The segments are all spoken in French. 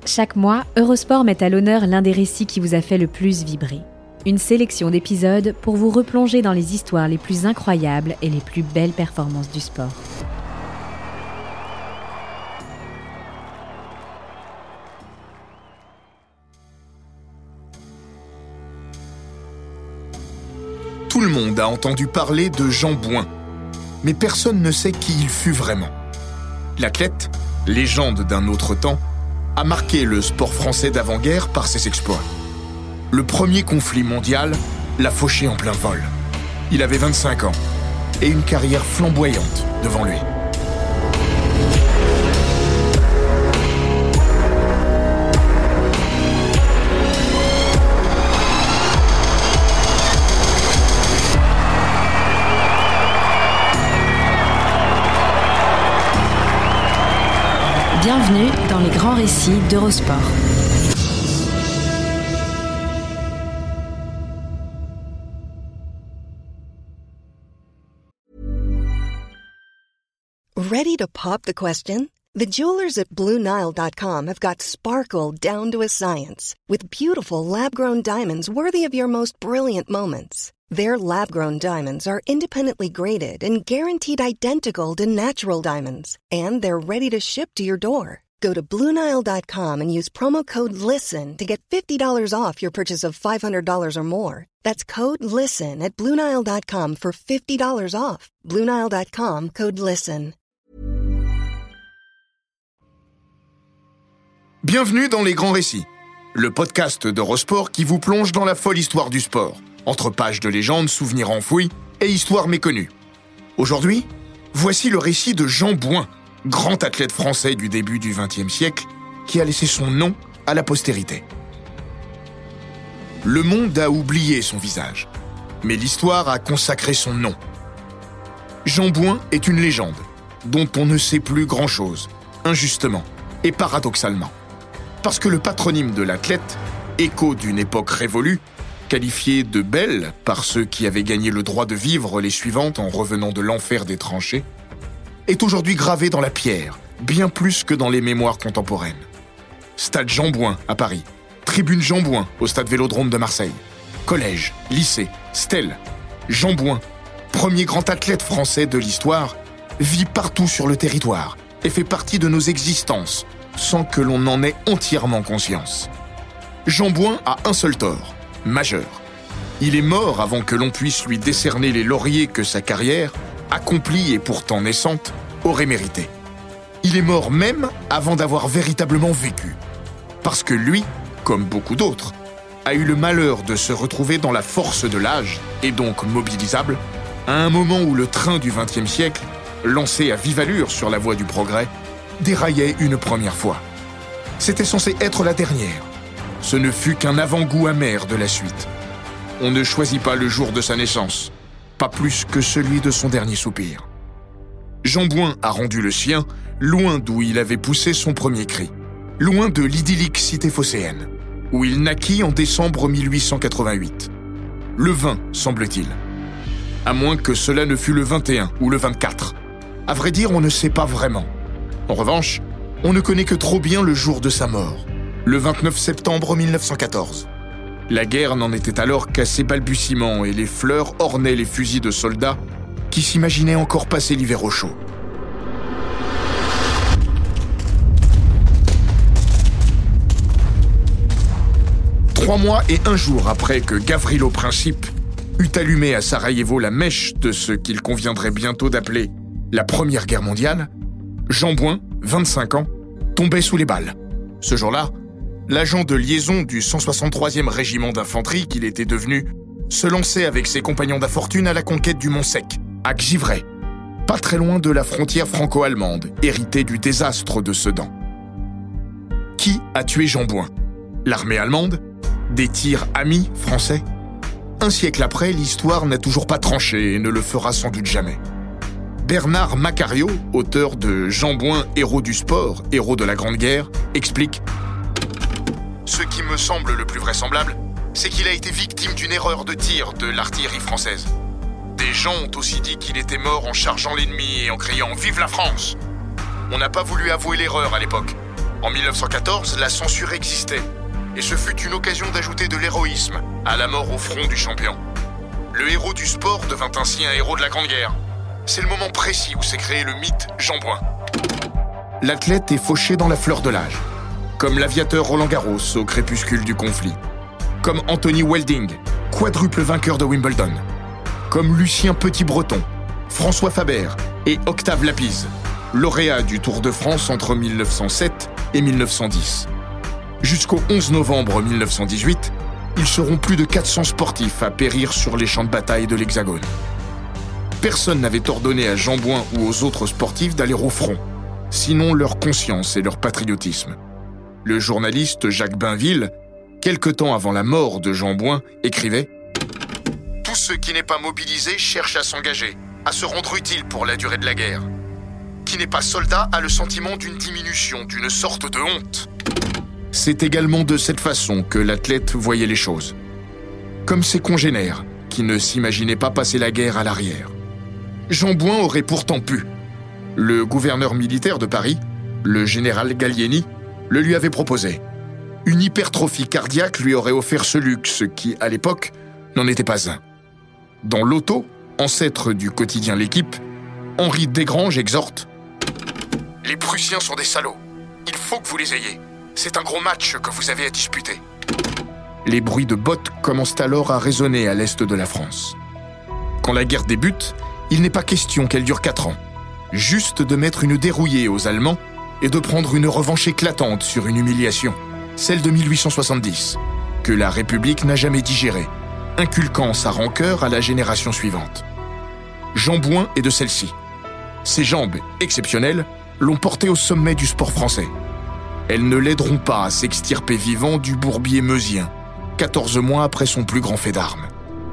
Chaque mois, Eurosport met à l'honneur l'un des récits qui vous a fait le plus vibrer. Une sélection d'épisodes pour vous replonger dans les histoires les plus incroyables et les plus belles performances du sport. Tout le monde a entendu parler de Jean Bouin, mais personne ne sait qui il fut vraiment. L'athlète, légende d'un autre temps, a marqué le sport français d'avant-guerre par ses exploits. Le premier conflit mondial l'a fauché en plein vol. Il avait 25 ans et une carrière flamboyante devant lui. Bienvenue dans les grands récits d'Eurosport. Ready to pop the question? The jewelers at BlueNile.com have got sparkle down to a science with beautiful lab-grown diamonds worthy of your most brilliant moments. Their lab-grown diamonds are independently graded and guaranteed identical to natural diamonds, and they're ready to ship to your door. Go to BlueNile.com and use promo code LISTEN to get $50 off your purchase of $500 or more. That's code LISTEN at BlueNile.com for $50 off. BlueNile.com, code LISTEN. Bienvenue dans Les Grands Récits, le podcast d'Eurosport qui vous plonge dans la folle histoire du sport, entre pages de légendes, souvenirs enfouis et histoires méconnues. Aujourd'hui, voici le récit de Jean Bouin, grand athlète français du début du XXe siècle, qui a laissé son nom à la postérité. Le monde a oublié son visage, mais l'histoire a consacré son nom. Jean Bouin est une légende, dont on ne sait plus grand-chose, injustement et paradoxalement. Parce que le patronyme de l'athlète, écho d'une époque révolue, qualifiée de belle par ceux qui avaient gagné le droit de vivre les suivantes en revenant de l'enfer des tranchées, est aujourd'hui gravé dans la pierre, bien plus que dans les mémoires contemporaines. Stade Jean Bouin à Paris, tribune Jean Bouin au stade Vélodrome de Marseille, collège, lycée, stèle. Jean Bouin, premier grand athlète français de l'histoire, vit partout sur le territoire et fait partie de nos existences, sans que l'on en ait entièrement conscience. Jean Bouin a un seul tort, majeur. Il est mort avant que l'on puisse lui décerner les lauriers que sa carrière, accomplie et pourtant naissante, aurait mérité. Il est mort même avant d'avoir véritablement vécu. Parce que lui, comme beaucoup d'autres, a eu le malheur de se retrouver dans la force de l'âge, et donc mobilisable, à un moment où le train du XXe siècle, lancé à vive allure sur la voie du progrès, déraillait une première fois. C'était censé être la dernière. Ce ne fut qu'un avant-goût amer de la suite. On ne choisit pas le jour de sa naissance, pas plus que celui de son dernier soupir. Jean Bouin a rendu le sien, loin d'où il avait poussé son premier cri, loin de l'idyllique cité phocéenne, où il naquit en décembre 1888. Le 20, semble-t-il. À moins que cela ne fût le 21 ou le 24. À vrai dire, on ne sait pas vraiment. En revanche, on ne connaît que trop bien le jour de sa mort, le 29 septembre 1914. La guerre n'en était alors qu'à ses balbutiements et les fleurs ornaient les fusils de soldats qui s'imaginaient encore passer l'hiver au chaud. Trois mois et un jour après que Gavrilo Princip eut allumé à Sarajevo la mèche de ce qu'il conviendrait bientôt d'appeler la Première Guerre mondiale, Jean Bouin, 25 ans, tombait sous les balles. Ce jour-là, l'agent de liaison du 163e régiment d'infanterie qu'il était devenu se lançait avec ses compagnons d'infortune à la conquête du Mont-Sec, à Givray, pas très loin de la frontière franco-allemande, héritée du désastre de Sedan. Qui a tué Jean Bouin ? L'armée allemande ? Des tirs amis français ? Un siècle après, l'histoire n'a toujours pas tranché et ne le fera sans doute jamais. Bernard Macario, auteur de Jean Bouin, héros du sport, héros de la Grande Guerre, explique « Ce qui me semble le plus vraisemblable, c'est qu'il a été victime d'une erreur de tir de l'artillerie française. Des gens ont aussi dit qu'il était mort en chargeant l'ennemi et en criant « Vive la France !» On n'a pas voulu avouer l'erreur à l'époque. En 1914, la censure existait, et ce fut une occasion d'ajouter de l'héroïsme à la mort au front du champion. Le héros du sport devint ainsi un héros de la Grande Guerre. C'est le moment précis où s'est créé le mythe Jean Bouin. L'athlète est fauché dans la fleur de l'âge, comme l'aviateur Roland Garros au crépuscule du conflit, comme Anthony Welding, quadruple vainqueur de Wimbledon, comme Lucien Petit-Breton, François Faber et Octave Lapise, lauréats du Tour de France entre 1907 et 1910. Jusqu'au 11 novembre 1918, ils seront plus de 400 sportifs à périr sur les champs de bataille de l'Hexagone. Personne n'avait ordonné à Jean Bouin ou aux autres sportifs d'aller au front, sinon leur conscience et leur patriotisme. Le journaliste Jacques Bainville, quelque temps avant la mort de Jean Bouin, écrivait « Tout ce qui n'est pas mobilisé cherche à s'engager, à se rendre utile pour la durée de la guerre. Qui n'est pas soldat a le sentiment d'une diminution, d'une sorte de honte. » C'est également de cette façon que l'athlète voyait les choses. Comme ses congénères, qui ne s'imaginaient pas passer la guerre à l'arrière. Jean Bouin aurait pourtant pu. Le gouverneur militaire de Paris, le général Gallieni, le lui avait proposé. Une hypertrophie cardiaque lui aurait offert ce luxe qui, à l'époque, n'en était pas un. Dans l'Auto, ancêtre du quotidien L'Équipe, Henri Desgranges exhorte « Les Prussiens sont des salauds. Il faut que vous les ayez. C'est un gros match que vous avez à disputer. » Les bruits de bottes commencent alors à résonner à l'est de la France. Quand la guerre débute, il n'est pas question qu'elle dure 4 ans. Juste de mettre une dérouillée aux Allemands et de prendre une revanche éclatante sur une humiliation, celle de 1870, que la République n'a jamais digérée, inculquant sa rancœur à la génération suivante. Jean Bouin est de celle-ci. Ses jambes, exceptionnelles, l'ont porté au sommet du sport français. Elles ne l'aideront pas à s'extirper vivant du bourbier meusien, 14 mois après son plus grand fait d'armes.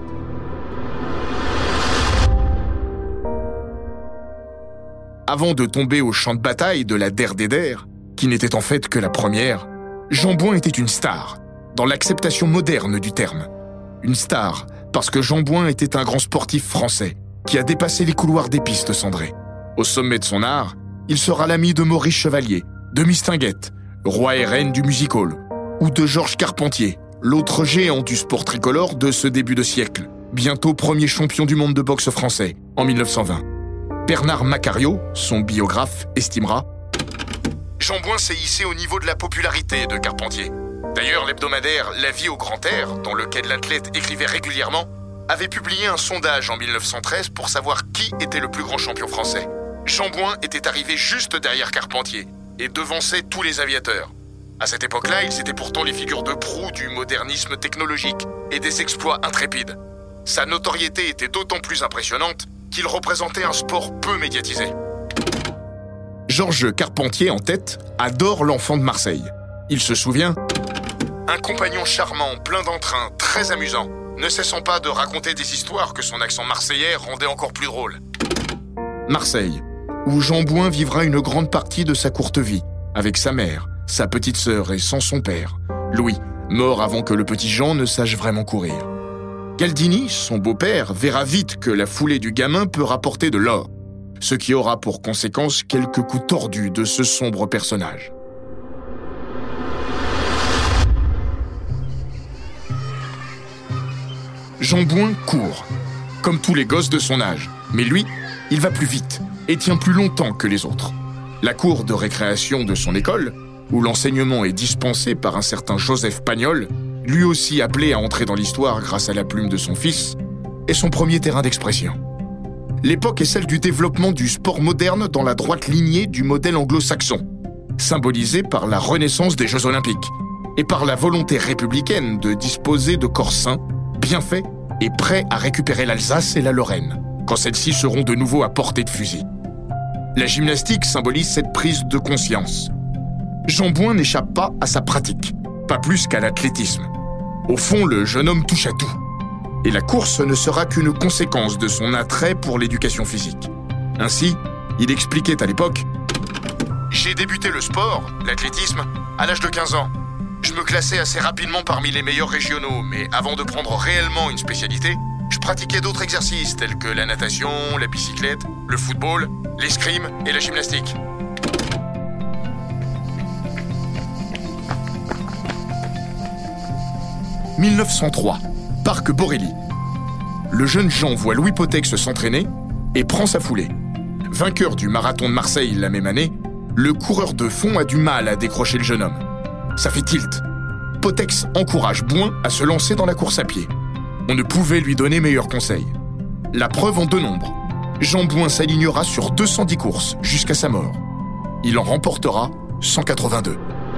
Avant de tomber au champ de bataille de la Der des Der, qui n'était en fait que la première, Jean Bouin était une star, dans l'acceptation moderne du terme. Une star, parce que Jean Bouin était un grand sportif français, qui a dépassé les couloirs des pistes cendrées. Au sommet de son art, il sera l'ami de Maurice Chevalier, de Mistinguett, roi et reine du music-hall, ou de Georges Carpentier, l'autre géant du sport tricolore de ce début de siècle, bientôt premier champion du monde de boxe français, en 1920. Bernard Macario, son biographe, estimera « Jean Bouin s'est hissé au niveau de la popularité de Carpentier. D'ailleurs, l'hebdomadaire La Vie au Grand Air, dans lequel l'athlète écrivait régulièrement, avait publié un sondage en 1913 pour savoir qui était le plus grand champion français. Jean Bouin était arrivé juste derrière Carpentier et devançait tous les aviateurs. À cette époque-là, ils étaient pourtant les figures de proue du modernisme technologique et des exploits intrépides. Sa notoriété était d'autant plus impressionnante qu'il représentait un sport peu médiatisé. Georges Carpentier, en tête, adore l'Enfant de Marseille. Il se souvient « Un compagnon charmant, plein d'entrain, très amusant, ne cessant pas de raconter des histoires que son accent marseillais rendait encore plus drôles. » Marseille, où Jean Bouin vivra une grande partie de sa courte vie, avec sa mère, sa petite sœur et sans son père, Louis, mort avant que le petit Jean ne sache vraiment courir. Galdini, son beau-père, verra vite que la foulée du gamin peut rapporter de l'or, ce qui aura pour conséquence quelques coups tordus de ce sombre personnage. Jean Bouin court, comme tous les gosses de son âge, mais lui, il va plus vite et tient plus longtemps que les autres. La cour de récréation de son école, où l'enseignement est dispensé par un certain Joseph Pagnol, lui aussi appelé à entrer dans l'histoire grâce à la plume de son fils, est son premier terrain d'expression. L'époque est celle du développement du sport moderne dans la droite lignée du modèle anglo-saxon, symbolisé par la renaissance des Jeux Olympiques et par la volonté républicaine de disposer de corps sains, bien faits et prêts à récupérer l'Alsace et la Lorraine, quand celles-ci seront de nouveau à portée de fusil. La gymnastique symbolise cette prise de conscience. Jean Bouin n'échappe pas à sa pratique, pas plus qu'à l'athlétisme. Au fond, le jeune homme touche à tout. Et la course ne sera qu'une conséquence de son attrait pour l'éducation physique. Ainsi, il expliquait à l'époque « J'ai débuté le sport, l'athlétisme, à l'âge de 15 ans. Je me classais assez rapidement parmi les meilleurs régionaux, mais avant de prendre réellement une spécialité, je pratiquais d'autres exercices tels que la natation, la bicyclette, le football, l'escrime et la gymnastique. » 1903, Parc Borély. Le jeune Jean voit Louis Potex s'entraîner et prend sa foulée. Vainqueur du marathon de Marseille la même année, le coureur de fond a du mal à décrocher le jeune homme. Ça fait tilt. Potex encourage Bouin à se lancer dans la course à pied. On ne pouvait lui donner meilleur conseil. La preuve en deux nombres. Jean Bouin s'alignera sur 210 courses jusqu'à sa mort. Il en remportera 182.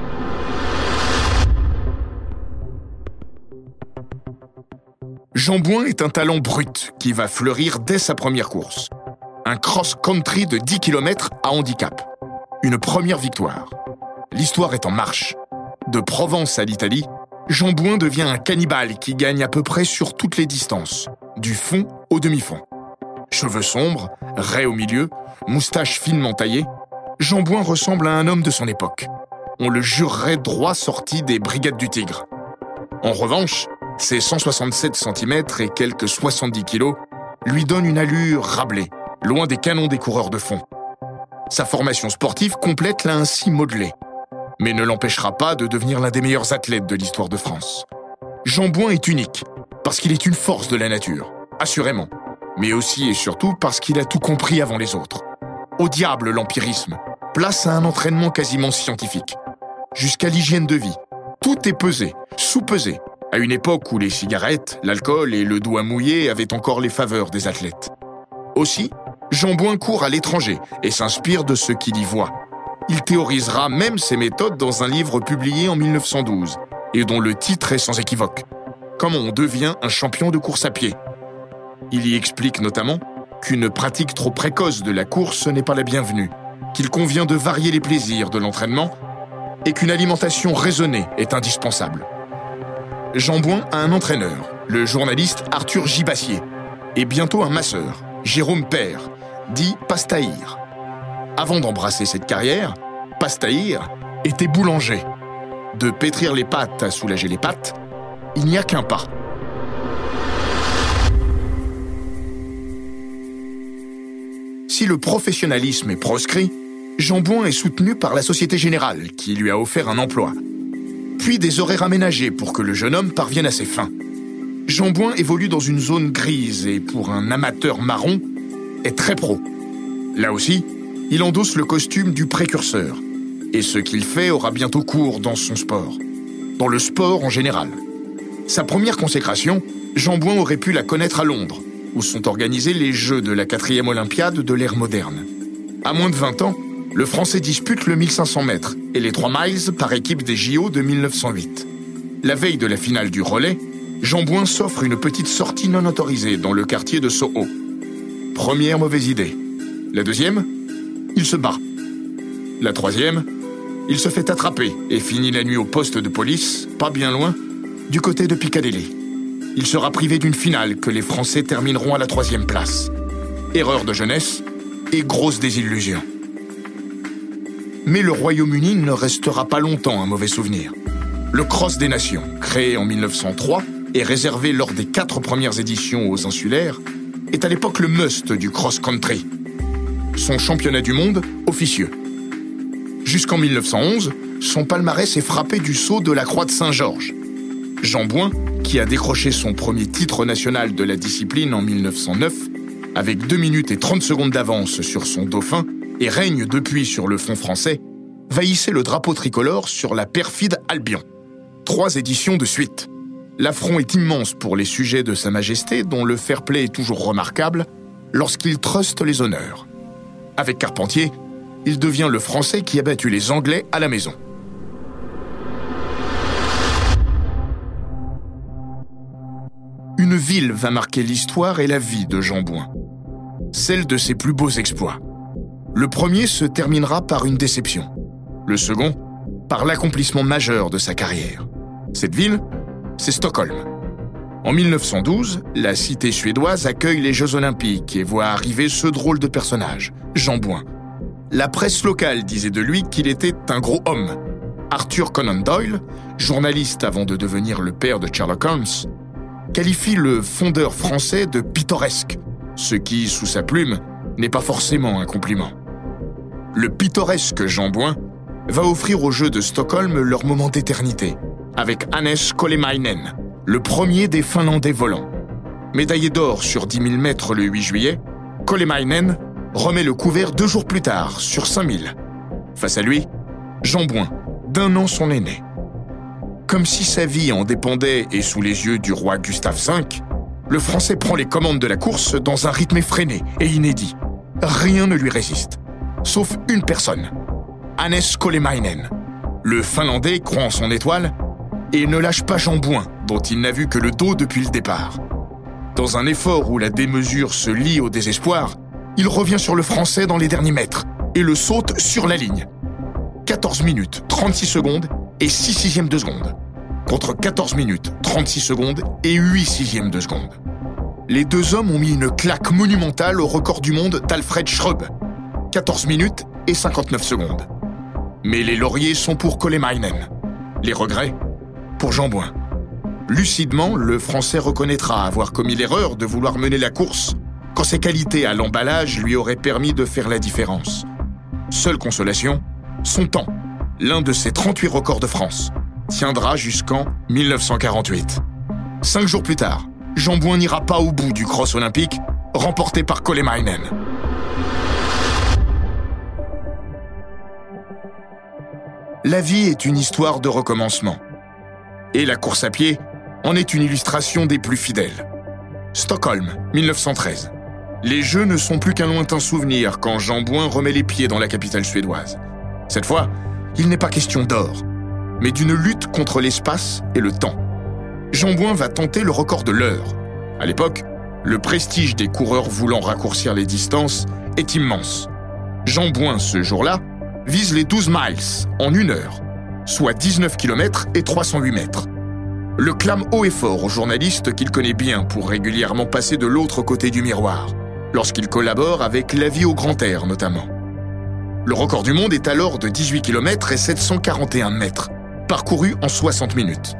Jean Bouin est un talent brut qui va fleurir dès sa première course. Un cross-country de 10 km à handicap. Une première victoire. L'histoire est en marche. De Provence à l'Italie, Jean Bouin devient un cannibale qui gagne à peu près sur toutes les distances, du fond au demi-fond. Cheveux sombres, raies au milieu, moustache finement taillée, Jean Bouin ressemble à un homme de son époque. On le jurerait droit sorti des Brigades du Tigre. En revanche, ses 167 cm et quelques 70 kg lui donnent une allure rablée, loin des canons des coureurs de fond. Sa formation sportive complète l'a ainsi modelé, mais ne l'empêchera pas de devenir l'un des meilleurs athlètes de l'histoire de France. Jean Bouin est unique, parce qu'il est une force de la nature, assurément, mais aussi et surtout parce qu'il a tout compris avant les autres. Au diable l'empirisme, place à un entraînement quasiment scientifique. Jusqu'à l'hygiène de vie, tout est pesé, sous-pesé, à une époque où les cigarettes, l'alcool et le doigt mouillé avaient encore les faveurs des athlètes. Aussi, Jean Bouin court à l'étranger et s'inspire de ce qu'il y voit. Il théorisera même ses méthodes dans un livre publié en 1912 et dont le titre est sans équivoque. Comment on devient un champion de course à pied. Il y explique notamment qu'une pratique trop précoce de la course n'est pas la bienvenue, qu'il convient de varier les plaisirs de l'entraînement et qu'une alimentation raisonnée est indispensable. Jean Bouin a un entraîneur, le journaliste Arthur Gibassier, et bientôt un masseur, Jérôme Père, dit Pastaïr. Avant d'embrasser cette carrière, Pastaïr était boulanger. De pétrir les pâtes à soulager les pattes, il n'y a qu'un pas. Si le professionnalisme est proscrit, Jean Bouin est soutenu par la Société Générale, qui lui a offert un emploi. Puis des horaires aménagés pour que le jeune homme parvienne à ses fins. Jean Bouin évolue dans une zone grise et, pour un amateur marron, est très pro. Là aussi, il endosse le costume du précurseur. Et ce qu'il fait aura bientôt cours dans son sport. Dans le sport en général. Sa première consécration, Jean Bouin aurait pu la connaître à Londres, où sont organisés les Jeux de la 4e Olympiade de l'ère moderne. À moins de 20 ans, le Français dispute le 1500 mètres et les 3 miles par équipe des JO de 1908. La veille de la finale du relais, Jean Bouin s'offre une petite sortie non autorisée dans le quartier de Soho. Première mauvaise idée. La deuxième, il se bat. La troisième, il se fait attraper et finit la nuit au poste de police, pas bien loin, du côté de Piccadilly. Il sera privé d'une finale que les Français termineront à la 3e place. Erreur de jeunesse et grosse désillusion. Mais le Royaume-Uni ne restera pas longtemps un mauvais souvenir. Le Cross des Nations, créé en 1903 et réservé lors des 4 premières éditions aux insulaires, est à l'époque le must du cross-country. Son championnat du monde, officieux. Jusqu'en 1911, son palmarès est frappé du sceau de la Croix de Saint-Georges. Jean Bouin, qui a décroché son premier titre national de la discipline en 1909, avec 2 minutes et 30 secondes d'avance sur son dauphin, et règne depuis sur le front français, va hisser le drapeau tricolore sur la perfide Albion. 3 éditions de suite. L'affront est immense pour les sujets de Sa Majesté, dont le fair-play est toujours remarquable, lorsqu'il truste les honneurs. Avec Carpentier, il devient le Français qui a battu les Anglais à la maison. Une ville va marquer l'histoire et la vie de Jean Bouin. Celle de ses plus beaux exploits. Le premier se terminera par une déception. Le second, par l'accomplissement majeur de sa carrière. Cette ville, c'est Stockholm. En 1912, la cité suédoise accueille les Jeux Olympiques et voit arriver ce drôle de personnage, Jean Bouin. La presse locale disait de lui qu'il était un gros homme. Arthur Conan Doyle, journaliste avant de devenir le père de Sherlock Holmes, qualifie le fondeur français de pittoresque, ce qui, sous sa plume, n'est pas forcément un compliment. Le pittoresque Jean Bouin va offrir aux Jeux de Stockholm leur moment d'éternité, avec Hannes Kolemainen, le premier des Finlandais volants. Médaillé d'or sur 10 000 mètres le 8 juillet, Kolemainen remet le couvert 2 jours plus tard, sur 5 000. Face à lui, Jean Bouin, d'1 an son aîné. Comme si sa vie en dépendait et sous les yeux du roi Gustave V, le Français prend les commandes de la course dans un rythme effréné et inédit. Rien ne lui résiste, sauf une personne, Hannes Kolemainen. Le Finlandais croit en son étoile et ne lâche pas Jean Bouin, dont il n'a vu que le dos depuis le départ. Dans un effort où la démesure se lie au désespoir, il revient sur le Français dans les derniers mètres et le saute sur la ligne. 14 minutes 36 secondes et 6 sixièmes de seconde, contre 14 minutes 36 secondes et 8 sixièmes de seconde. Les deux hommes ont mis une claque monumentale au record du monde d'Alfred Schröb, 14 minutes et 59 secondes. Mais les lauriers sont pour Kolemainen, les regrets pour Jean Bouin. Lucidement, le Français reconnaîtra avoir commis l'erreur de vouloir mener la course quand ses qualités à l'emballage lui auraient permis de faire la différence. Seule consolation, son temps, l'un de ses 38 records de France, tiendra jusqu'en 1948. 5 jours plus tard, Jean Bouin n'ira pas au bout du cross olympique, remporté par Kolemainen. La vie est une histoire de recommencement. Et la course à pied en est une illustration des plus fidèles. Stockholm, 1913. Les Jeux ne sont plus qu'un lointain souvenir quand Jean Bouin remet les pieds dans la capitale suédoise. Cette fois, il n'est pas question d'or, mais d'une lutte contre l'espace et le temps. Jean Bouin va tenter le record de l'heure. À l'époque, le prestige des coureurs voulant raccourcir les distances est immense. Jean Bouin, ce jour-là, vise les 12 miles en 1 heure, soit 19 km et 308 mètres. Le clame haut et fort aux journalistes qu'il connaît bien pour régulièrement passer de l'autre côté du miroir, lorsqu'il collabore avec La Vie au grand air notamment. Le record du monde est alors de 18 km et 741 mètres, parcouru en 60 minutes.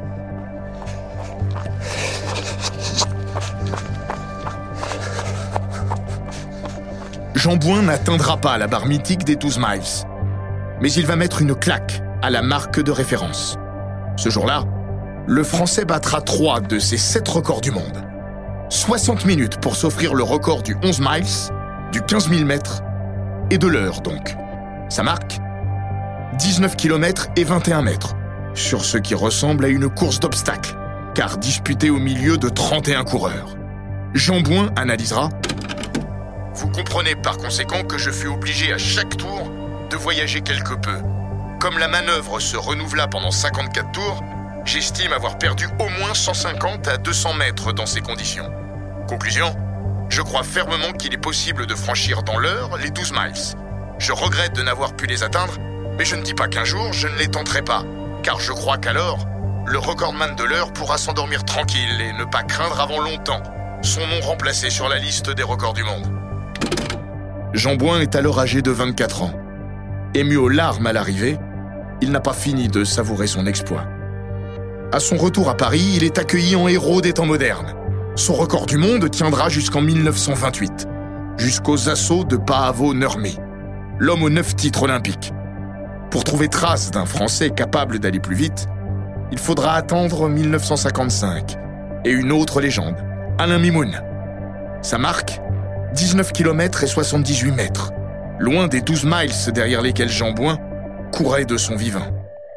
Jean Bouin n'atteindra pas la barre mythique des 12 miles, mais il va mettre une claque à la marque de référence. Ce jour-là, le Français battra 3 de ses 7 records du monde. 60 minutes pour s'offrir le record du 11 miles, du 15 000 mètres et de l'heure donc. Sa marque, 19 km et 21 mètres, sur ce qui ressemble à une course d'obstacles, car disputée au milieu de 31 coureurs. Jean Bouin analysera « Vous comprenez par conséquent que je fus obligé à chaque tour de voyager quelque peu. Comme la manœuvre se renouvela pendant 54 tours, j'estime avoir perdu au moins 150 à 200 mètres dans ces conditions. Conclusion, je crois fermement qu'il est possible de franchir dans l'heure les 12 miles. Je regrette de n'avoir pu les atteindre, mais je ne dis pas qu'un jour je ne les tenterai pas, car je crois qu'alors, le recordman de l'heure pourra s'endormir tranquille et ne pas craindre avant longtemps son nom remplacé sur la liste des records du monde. » Jean Bouin est alors âgé de 24 ans. Ému aux larmes à l'arrivée, il n'a pas fini de savourer son exploit. À son retour à Paris, il est accueilli en héros des temps modernes. Son record du monde tiendra jusqu'en 1928, jusqu'aux assauts de Paavo Nurmi, l'homme aux 9 titres olympiques. Pour trouver trace d'un Français capable d'aller plus vite, il faudra attendre 1955 et une autre légende, Alain Mimoun. Sa marque, 19 km et 78 mètres, loin des 12 miles derrière lesquels Jean Bouin courait de son vivant.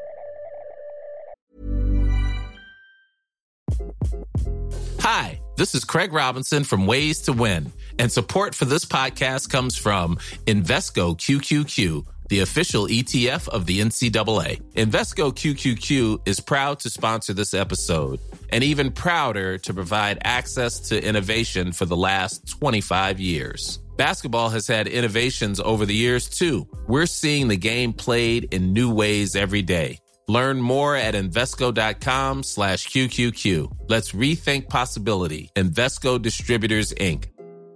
Hi, this is Craig Robinson from Ways to Win, and support for this podcast comes from Invesco QQQ, the official ETF of the NCAA. Invesco QQQ is proud to sponsor this episode, and even prouder to provide access to innovation for the last 25 years. Basketball has had innovations over the years, too. We're seeing the game played in new ways every day. Learn more at Invesco.com/QQQ. Let's rethink possibility. Invesco Distributors, Inc.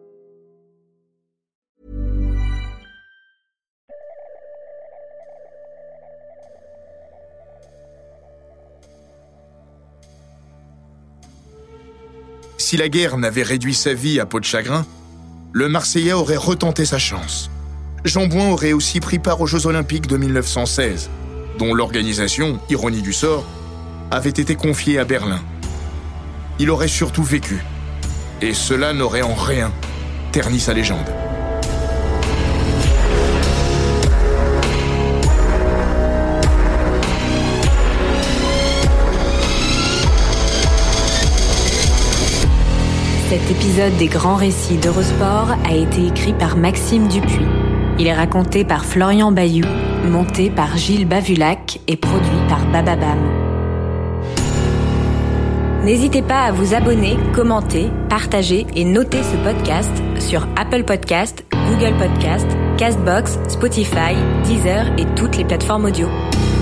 Si la guerre n'avait réduit sa vie à peau de chagrin, le Marseillais aurait retenté sa chance. Jean Bouin aurait aussi pris part aux Jeux Olympiques de 1916, dont l'organisation, ironie du sort, avait été confiée à Berlin. il aurait surtout vécu. Et cela n'aurait en rien terni sa légende. Cet épisode des grands récits d'Eurosport a été écrit par Maxime Dupuis. Il est raconté par Florian Bayou, monté par Gilles Bavulac et produit par Bababam. N'hésitez pas à vous abonner, commenter, partager et noter ce podcast sur Apple Podcasts, Google Podcasts, Castbox, Spotify, Deezer et toutes les plateformes audio.